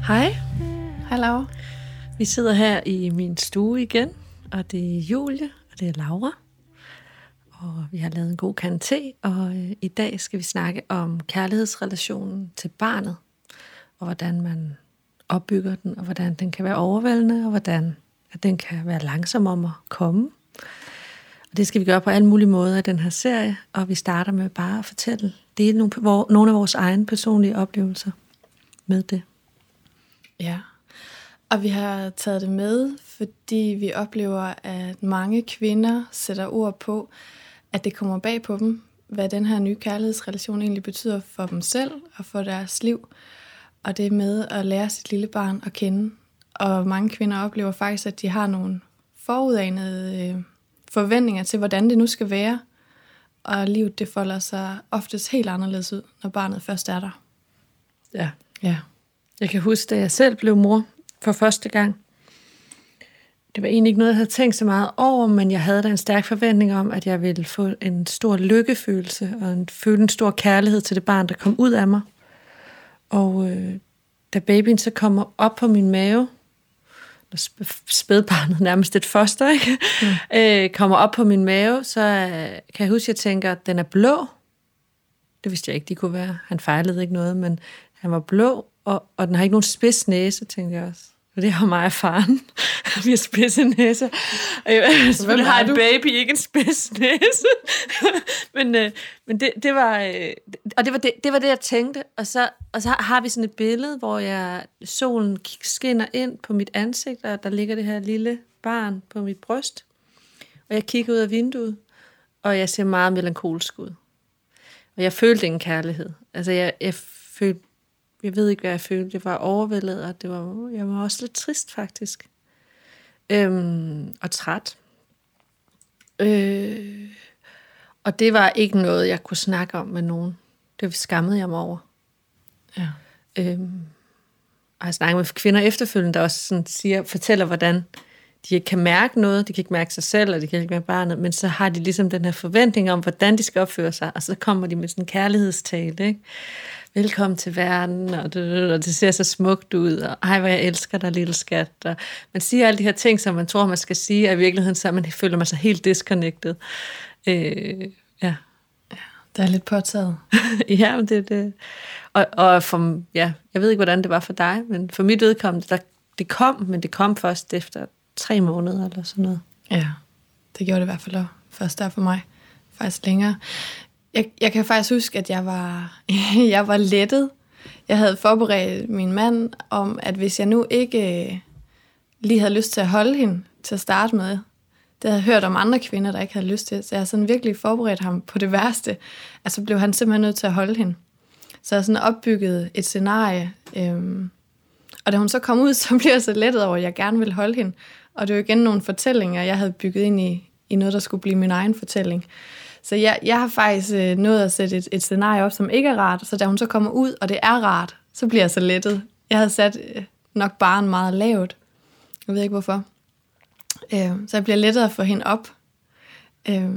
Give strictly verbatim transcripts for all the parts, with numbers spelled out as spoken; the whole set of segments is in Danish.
Hej. Hallo. Vi sidder her i min stue igen, og det er Julie, og det er Laura. Og vi har lavet en god kande te, og øh, i dag skal vi snakke om kærlighedsrelationen til barnet, og hvordan man opbygger den, og hvordan den kan være overvældende, og hvordan at den kan være langsom om at komme. Og det skal vi gøre på alle mulige måder i den her serie, og vi starter med bare at fortælle, dele nogle, nogle af vores egne personlige oplevelser med det. Ja, og vi har taget det med, fordi vi oplever, at mange kvinder sætter ord på, at det kommer bag på dem, hvad den her nye kærlighedsrelation egentlig betyder for dem selv og for deres liv. Og det med at lære sit lille barn at kende. Og mange kvinder oplever faktisk, at de har nogle forudanede øh, forventninger til, hvordan det nu skal være. Og livet, det folder sig oftest helt anderledes ud, når barnet først er der. Ja. Ja. Jeg kan huske, da jeg selv blev mor for første gang. Det var egentlig ikke noget, jeg havde tænkt så meget over, men jeg havde da en stærk forventning om, at jeg ville få en stor lykkefølelse og en, føle en stor kærlighed til det barn, der kom ud af mig. Og øh, da babyen så kommer op på min mave, når spædbarnet, nærmest et foster, ikke? Mm. øh, kommer op på min mave, så øh, kan jeg huske, at jeg tænker, at den er blå. Det vidste jeg ikke, de kunne være. Han fejlede ikke noget, men han var blå, og, og den har ikke nogen spids næse, tænkte jeg også. Og det har mig og faren. Vi har spidse næser. Selvfølgelig har en baby ikke en spids næse. men øh, men det, det var øh, og det var det, det var det, jeg tænkte. Og så, og så har vi sådan et billede, hvor jeg, solen skinner ind på mit ansigt, og der ligger det her lille barn på mit bryst. Og jeg kigger ud af vinduet, og jeg ser meget melankolsk ud. Og jeg følte ingen kærlighed. Altså, jeg, jeg følte Jeg ved ikke, hvad jeg følte. Jeg var overvældet, og det var, jeg var også lidt trist, faktisk. Øhm, og træt. Øh, og det var ikke noget, jeg kunne snakke om med nogen. Det skammede jeg mig over. Ja. Øhm, og jeg snakker med kvinder efterfølgende, der også sådan siger, fortæller, hvordan de ikke kan mærke noget. De kan ikke mærke sig selv, og de kan ikke mærke barnet. Men så har de ligesom den her forventning om, hvordan de skal opføre sig. Og så kommer de med sådan en kærlighedstale, ikke? Velkommen til verden, og det, og det ser så smukt ud, og ej, hvor jeg elsker dig, lille skat. Og man siger alle de her ting, som man tror, man skal sige, og i virkeligheden så man føler man sig helt disconnected. Øh, ja. ja. Det er lidt påtaget. ja, men det det. Og, og for, ja, jeg ved ikke, hvordan det var for dig, men for mit udkommende, der, det kom, men det kom først efter tre måneder eller sådan noget. Ja, det gjorde det i hvert fald først der for mig. Faktisk længere. Jeg, jeg kan faktisk huske, at jeg var, jeg var lettet. Jeg havde forberedt min mand om, at hvis jeg nu ikke lige havde lyst til at holde hende til at starte med, det havde jeg hørt om andre kvinder, der ikke havde lyst til, så jeg havde sådan virkelig forberedt ham på det værste. Altså blev han simpelthen nødt til at holde hende. Så jeg sådan opbygget et scenarie. Øhm, og da hun så kom ud, så blev jeg så lettet over, at jeg gerne ville holde hende. Og det var igen nogle fortællinger, jeg havde bygget ind i, i noget, der skulle blive min egen fortælling. Så jeg, jeg har faktisk øh, nået at sætte et, et scenarie op, som ikke er rart. Så da hun så kommer ud, og det er rart, så bliver jeg så lettet. Jeg havde sat øh, nok barn meget lavt. Jeg ved ikke hvorfor. Øh, så jeg bliver lettet at få hende op. Øh,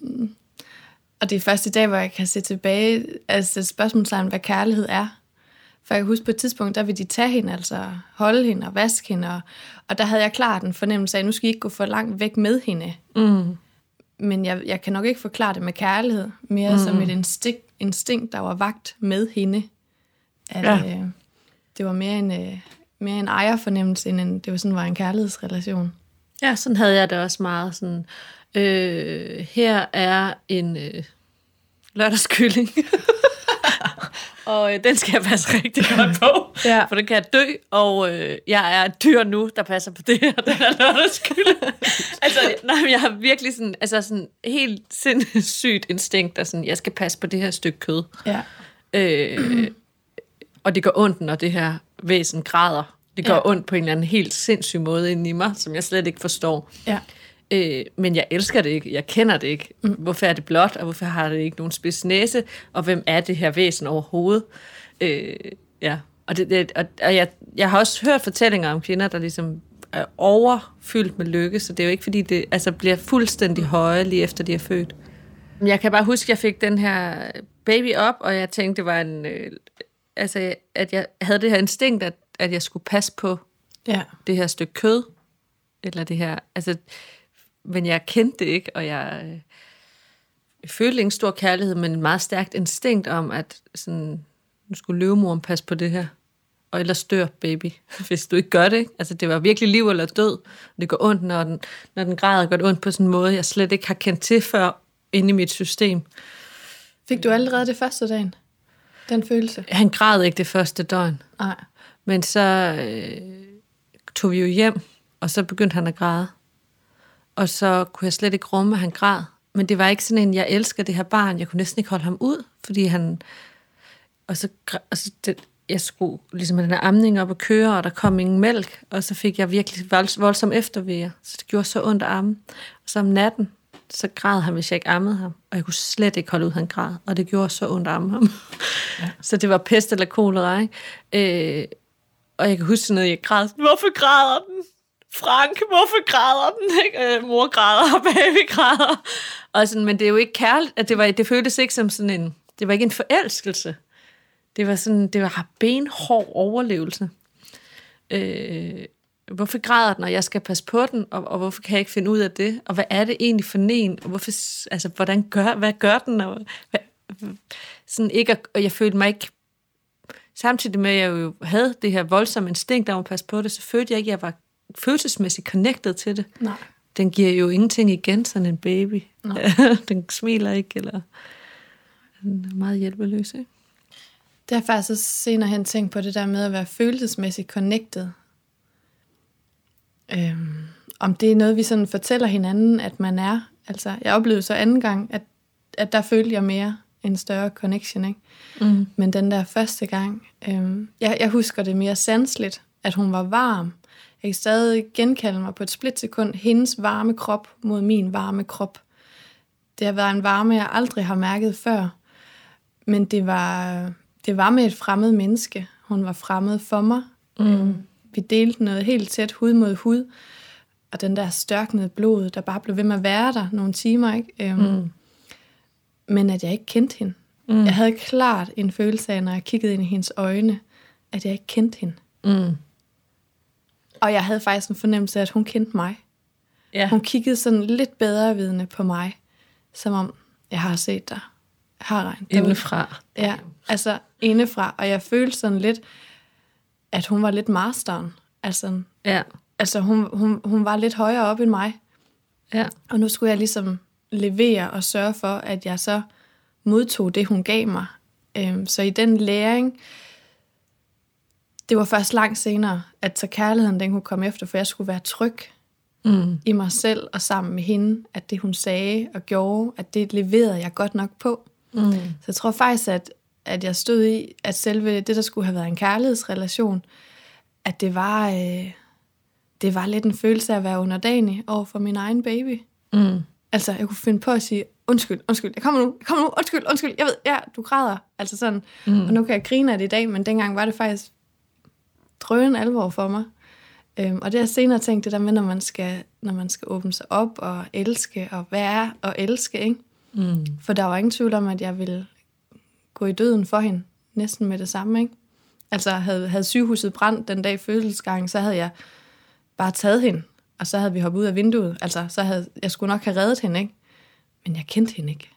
og det er først i dag, hvor jeg kan se tilbage, altså spørgsmålstegn, hvad kærlighed er. For jeg kan huske på et tidspunkt, der vil de tage hende, altså holde hende og vaske hende. Og, og der havde jeg klart en fornemmelse af, at nu skal I ikke gå for langt væk med hende. Mm. Men jeg, jeg kan nok ikke forklare det med kærlighed, mere mm. som et instinkt, instinkt, der var vagt med hende. At, ja. øh, det var mere en, øh, mere en ejerfornemmelse, end en, det var sådan var en kærlighedsrelation. Ja, sådan havde jeg det også meget. Sådan, øh, her er en øh, lørdagskylling, og øh, den skal jeg passe rigtig godt på, ja. For den kan jeg dø, og øh, jeg er et dyr nu, der passer på det her, den her lørdagskylling. altså, nej, jeg har virkelig sådan, altså sådan helt sindssygt instinkt, og sådan, jeg skal passe på det her stykke kød. Ja. Øh, og det går ondt, når det her væsen græder. Det går ja. ondt på en eller anden helt sindssyg måde inde i mig, som jeg slet ikke forstår. Ja. Øh, men jeg elsker det ikke, jeg kender det ikke. Mm. Hvorfor er det blåt, og hvorfor har det ikke nogen spids næse, og hvem er det her væsen overhovedet? Øh, ja, og, det, det, og, og jeg, jeg har også hørt fortællinger om kvinder, der ligesom er overfyldt med lykke, så det er jo ikke, fordi det altså, bliver fuldstændig høje lige efter de er født. Jeg kan bare huske, at jeg fik den her baby op, og jeg tænkte, det var en... Øh, altså, at jeg havde det her instinkt, at, at jeg skulle passe på Ja. det her stykke kød, eller det her, altså, men jeg kendte det ikke, og jeg, øh, jeg følte ikke en stor kærlighed, men et meget stærkt instinkt om, at sådan, nu skulle løvemoren passe på det her, og ellers dør baby, hvis du ikke gør det. Ikke? Altså, det var virkelig liv eller død. Det går ondt, når den, når den græder, går det ondt på sådan en måde, jeg slet ikke har kendt til før inde i mit system. Fik du allerede det første dagen? Den følelse? Han græd ikke det første døgn. Nej. Men så øh, tog vi jo hjem, og så begyndte han at græde. Og så kunne jeg slet ikke rumme, at han græd. Men det var ikke sådan en, jeg elsker det her barn. Jeg kunne næsten ikke holde ham ud, fordi han... Og så, og så det, jeg skulle ligesom have den her amning op og køre, og der kom ingen mælk, og så fik jeg virkelig vold, voldsom eftervejer. Så det gjorde så ondt at amme. Og så om natten, så græd han, hvis jeg ikke ammede ham. Og jeg kunne slet ikke holde ud, han græd. Og det gjorde så ondt at amme ham. Ja. Så det var pest eller kolera, ikke? Øh, og jeg kan huske sådan noget, jeg græd. Hvorfor græder den? Frank, hvorfor græder den? Ikke? Øh, mor græder, og baby græder. Og sådan, men det er jo ikke kærligt. At det, var, det føltes ikke som sådan en... Det var ikke en forelskelse. Det var sådan, det var benhård overlevelse. Øh, hvorfor græder den, og jeg skal passe på den, og, og hvorfor kan jeg ikke finde ud af det? Og hvad er det egentlig for en? Og hvorfor, altså, hvordan gør, hvad gør den? Og, hvad, sådan ikke, og jeg følte mig ikke, samtidig med, at jeg jo havde det her voldsomme instinkt om at passe på det, så følte jeg ikke, at jeg var følelsesmæssigt connected til det. Nej. Den giver jo ingenting igen, sådan en baby. Den smiler ikke, eller den er meget hjælpeløs, ikke? Det har faktisk også senere hen tænkt på det der med at være følelsesmæssigt connected. Øhm, om det er noget, vi sådan fortæller hinanden, at man er. Altså, jeg oplevede så anden gang, at, at der følte jeg mere en større connection, ikke? Mm. Men den der første gang, øhm, jeg, jeg husker det mere sanseligt, at hun var varm. Jeg kan stadig genkalde mig på et splitsekund hendes varme krop mod min varme krop. Det har været en varme, jeg aldrig har mærket før. Men det var... Det var med et fremmed menneske. Hun var fremmed for mig. Mm. Vi delte noget helt tæt, hud mod hud. Og den der størknede blod, der bare blev ved med at være der nogle timer. Ikke? Mm. Men at jeg ikke kendte hende. Mm. Jeg havde klart en følelse af, når jeg kiggede ind i hendes øjne, at jeg ikke kendte hende. Mm. Og jeg havde faktisk en fornemmelse af, at hun kendte mig. Yeah. Hun kiggede sådan lidt bedre vidne på mig. Som om, jeg har set dig. Jeg har regnet dig indefra. Ja, altså indefra. Og jeg følte sådan lidt, at hun var lidt masteren. Altså, ja. altså hun, hun, hun var lidt højere op end mig. Ja. Og nu skulle jeg ligesom levere og sørge for, at jeg så modtog det, hun gav mig. Øhm, så i den læring, det var først langt senere, at så kærligheden, den kunne komme efter, for jeg skulle være tryg mm. i mig selv og sammen med hende, at det, hun sagde og gjorde, at det leverede jeg godt nok på. Mm. Så jeg tror faktisk, at, at jeg stod i, at selve det, der skulle have været en kærlighedsrelation, at det var, øh, det var lidt en følelse af at være underdanig over for min egen baby. Mm. Altså, jeg kunne finde på at sige, undskyld, undskyld, jeg kommer nu, jeg kommer nu, undskyld, undskyld, jeg ved, ja, du græder. Altså sådan, mm. og nu kan jeg grine af det i dag, men dengang var det faktisk drøn alvor for mig. Øhm, og det har jeg senere tænkt, det der med, når man skal, når man skal åbne sig op og elske og være og elske, ikke? Mm. For der var ingen tvivl om, at jeg ville gå i døden for hende, næsten med det samme, ikke? Altså, havde, havde sygehuset brændt den dag fødselsgangen, så havde jeg bare taget hende, og så havde vi hoppet ud af vinduet. Altså, så havde jeg skulle nok have reddet hende, ikke? Men jeg kendte hende ikke.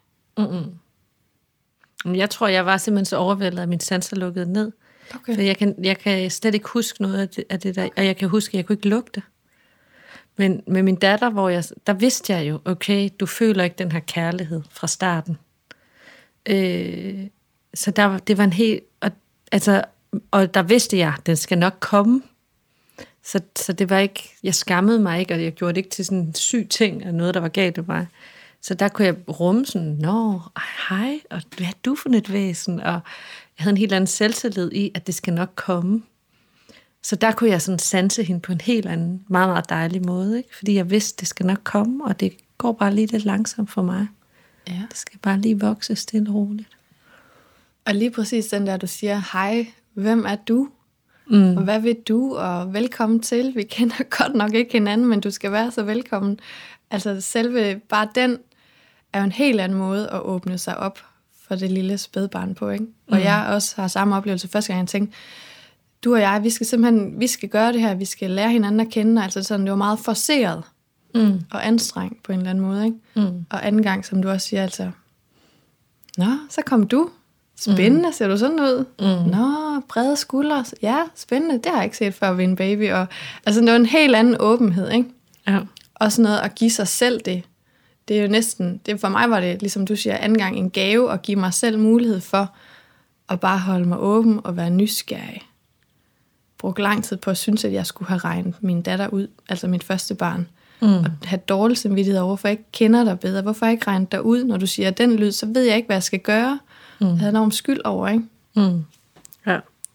Mm-mm. Jeg tror, jeg var simpelthen så overvældet, at min sanser lukkede ned. Okay. For jeg kan, jeg kan slet ikke huske noget af det, af det der, og jeg kan huske, at jeg kunne ikke lugte. Men med min datter, hvor jeg, der vidste jeg jo, okay, du føler ikke den her kærlighed fra starten. Øh, så der, det var en helt, og, altså, og der vidste jeg, at den skal nok komme. Så, så det var ikke, jeg skammede mig ikke, og jeg gjorde det ikke til sådan en syg ting, eller noget, der var galt med mig. Så der kunne jeg rumme sådan, nå, hej, og hvad er du for et væsen? Og jeg havde en helt anden selvtillid i, at det skal nok komme. Så der kunne jeg sådan sanse hende på en helt anden, meget, meget dejlig måde, ikke? Fordi jeg vidste, det skal nok komme, og det går bare lige lidt langsomt for mig. Ja. Det skal bare lige vokse stille og roligt. Og lige præcis den der, du siger, hej, hvem er du? Mm. Og hvad vil du? Og velkommen til. Vi kender godt nok ikke hinanden, men du skal være så velkommen. Altså selve, bare den er jo en helt anden måde at åbne sig op for det lille spædbarn på, ikke? Mm. Og jeg også har samme oplevelse første gang, jeg tænkte, du og jeg, vi skal simpelthen, vi skal gøre det her, vi skal lære hinanden at kende, altså sådan, det var meget forceret mm. og anstrengt på en eller anden måde, ikke? Mm. Og anden gang, som du også siger, altså, nå, så kom du, spændende, mm. ser du sådan ud? Mm. Nå, brede skuldre, ja, spændende, det har jeg ikke set før ved en baby, og altså, det var en helt anden åbenhed, ikke? Ja. Og sådan noget at give sig selv det, det er jo næsten, det, for mig var det, ligesom du siger, anden gang en gave, at give mig selv mulighed for at bare holde mig åben og være nysgerrig. Brugte lang tid på at synes, at jeg skulle have regnet min datter ud, altså mit første barn, mm. og have dårlig samvittighed over, hvorfor jeg ikke kender dig bedre, hvorfor jeg ikke regnet dig ud, når du siger den lyd, så ved jeg ikke, hvad jeg skal gøre. Mm. Jeg havde enormt skyld over, ikke? Mm. Ja.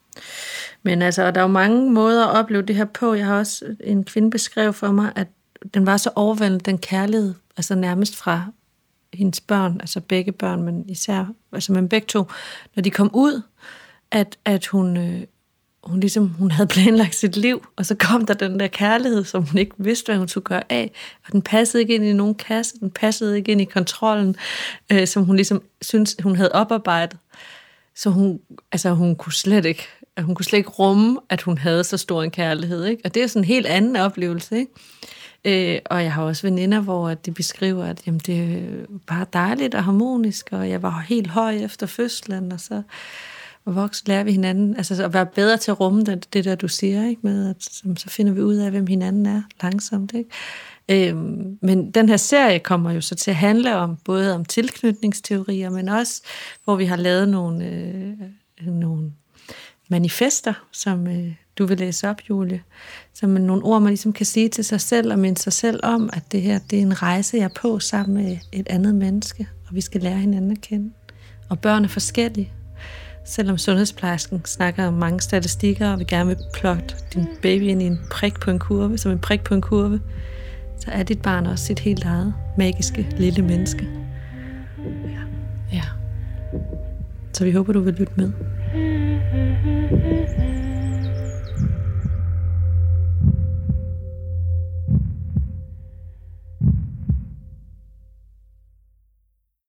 Men altså, der er jo mange måder at opleve det her på. Jeg har også en kvinde beskrevet for mig, at den var så overvældende, den kærlighed, altså nærmest fra hendes børn, altså begge børn, men især, altså men begge to, når de kom ud, at, at hun, øh, hun ligesom, hun havde planlagt sit liv, og så kom der den der kærlighed, som hun ikke vidste, hvad hun skulle gøre af, og den passede ikke ind i nogen kasse, den passede ikke ind i kontrollen, øh, som hun ligesom synes, hun havde oparbejdet. Så hun, altså hun kunne slet ikke, hun kunne slet ikke rumme, at hun havde så stor en kærlighed, ikke? Og det er sådan en helt anden oplevelse, ikke? Øh, og jeg har også veninder, hvor de beskriver, at jamen, det er bare dejligt og harmonisk, og jeg var helt høj efter fødslen, og så og voksen lærer vi hinanden, altså at være bedre til at rumme det, det der, du siger, ikke? Med at så finder vi ud af, hvem hinanden er langsomt, ikke? Øh, men den her serie kommer jo så til at handle om, både om tilknytningsteorier, men også, hvor vi har lavet nogle, øh, nogle manifester, som øh, du vil læse op, Julie, som nogle ord, man ligesom kan sige til sig selv og minde sig selv om, at det her, det er en rejse, jeg er på sammen med et andet menneske, og vi skal lære hinanden at kende. Og børn er forskellige. Selvom sundhedsplejersken snakker om mange statistikker, og vil gerne vil plotte din baby ind i en prik på en kurve, som en prik på en kurve, så er dit barn også sit helt eget magiske lille menneske. Ja. Ja. Så vi håber, du vil lytte med.